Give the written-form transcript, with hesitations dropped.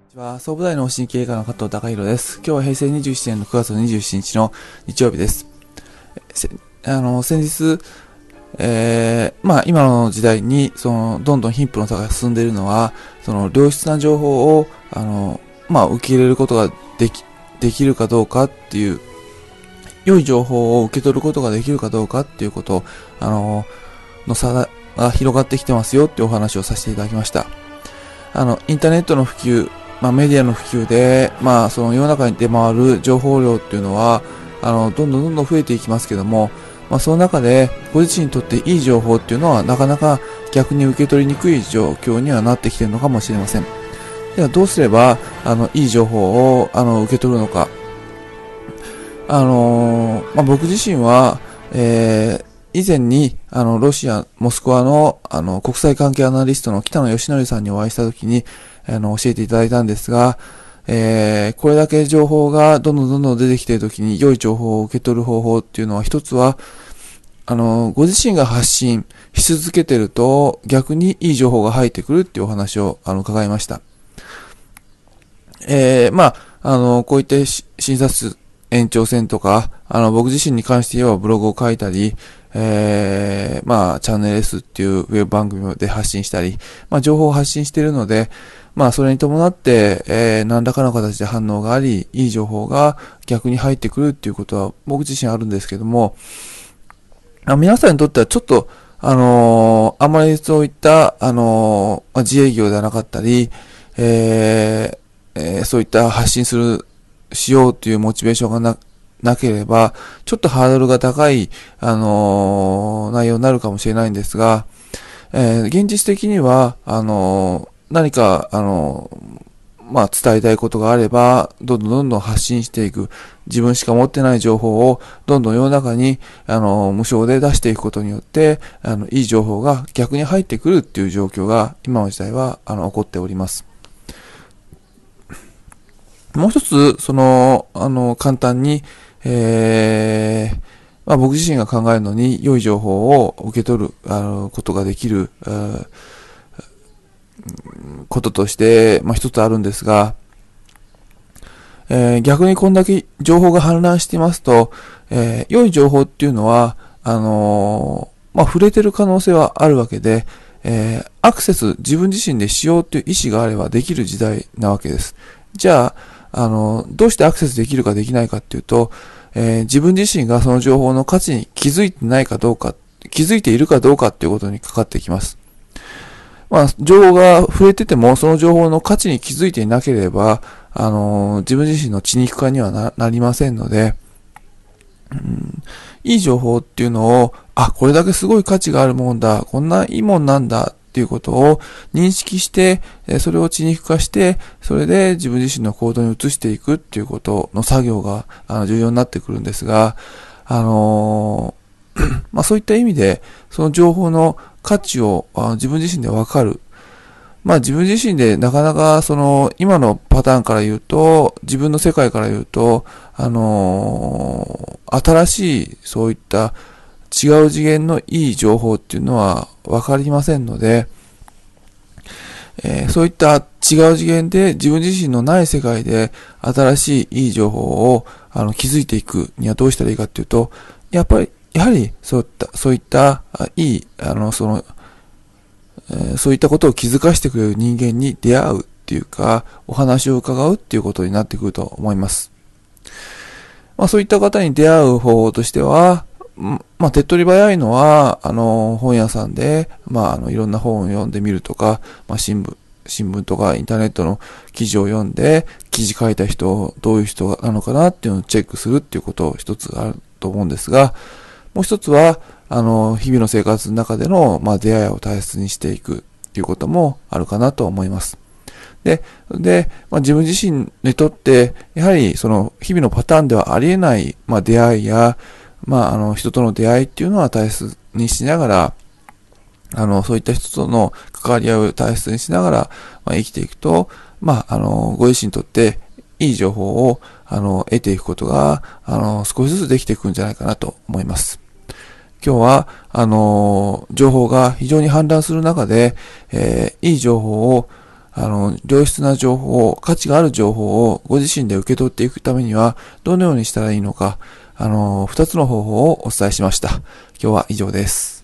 総武大の神経科の加藤孝弘です。今日は平成27年の9月27日の日曜日です。先日、今の時代に、どんどん貧富の差が進んでいるのは、良質な情報を、受け入れることができるかどうかっていう、良い情報を受け取ることができるかどうかっていうこと、の差が広がってきてますよっていうお話をさせていただきました。インターネットの普及、メディアの普及で、その世の中に出回る情報量っていうのは、どんどん増えていきますけども、その中で、ご自身にとっていい情報っていうのは、なかなか逆に受け取りにくい状況にはなってきているのかもしれません。では、どうすれば、いい情報を、受け取るのか。僕自身は、以前に、ロシア、モスクワの、国際関係アナリストの北野義則さんにお会いしたときに、教えていただいたんですが、これだけ情報がどんどん出てきているときに良い情報を受け取る方法っていうのは一つは、ご自身が発信し続けていると逆にいい情報が入ってくるっていうお話を伺いました。こういった診察延長線とか、僕自身に関して言えばブログを書いたり、チャンネル S っていうウェブ番組で発信したり、情報を発信しているので、それに伴って、何らかの形で反応があり、いい情報が逆に入ってくるっていうことは僕自身あるんですけども、皆さんにとってはちょっと、あまりそういった、自営業ではなかったり、そういった発信しようというモチベーションがなければ、ちょっとハードルが高い、内容になるかもしれないんですが、現実的には、何か、伝えたいことがあれば、どんどん発信していく。自分しか持ってない情報を、どんどん世の中に、無償で出していくことによって、いい情報が逆に入ってくるっていう状況が、今の時代は、起こっております。もう一つ、簡単に、僕自身が考えるのに良い情報を受け取ることができることとして、一つあるんですが、逆にこんだけ情報が氾濫していますと、良い情報っていうのは、触れてる可能性はあるわけで、アクセス自分自身でしようという意思があればできる時代なわけです。じゃあ、どうしてアクセスできるかできないかっていうと、自分自身がその情報の価値に気づいてないかどうか、気づいているかどうかっていうことにかかってきます。情報が触れてても、その情報の価値に気づいていなければ、自分自身の血肉化にはなりませんので、いい情報っていうのを、これだけすごい価値があるもんだ、こんないいもんなんだっていうことを認識して、それを血肉化して、それで自分自身の行動に移していくっていうことの作業が重要になってくるんですが、そういった意味で、その情報の価値を自分自身でわかる。自分自身でなかなか今のパターンから言うと、自分の世界から言うと、新しいそういった違う次元のいい情報っていうのはわかりませんので、そういった違う次元で自分自身のない世界で新しいいい情報を気づいていくにはどうしたらいいかっていうと、やはりそういったいいそういったことを気づかせてくれる人間に出会うっていうか、お話を伺うっていうことになってくると思います。そういった方に出会う方法としては、手っ取り早いのは、本屋さんで、いろんな本を読んでみるとか、新聞とかインターネットの記事を読んで、記事書いた人、どういう人なのかなっていうのをチェックするっていうことを一つあると思うんですが、もう一つは、日々の生活の中での、出会いを大切にしていくということもあるかなと思います。で、自分自身にとって、やはり日々のパターンではありえない、出会いや、人との出会いっていうのは大切にしながら、そういった人との関わり合いを大切にしながら、生きていくと、ご自身にとっていい情報を、得ていくことが、少しずつできていくんじゃないかなと思います。今日は、情報が非常に氾濫する中で、いい情報を、 良質な情報、価値がある情報をご自身で受け取っていくためには、どのようにしたらいいのか、二つの方法をお伝えしました。今日は以上です。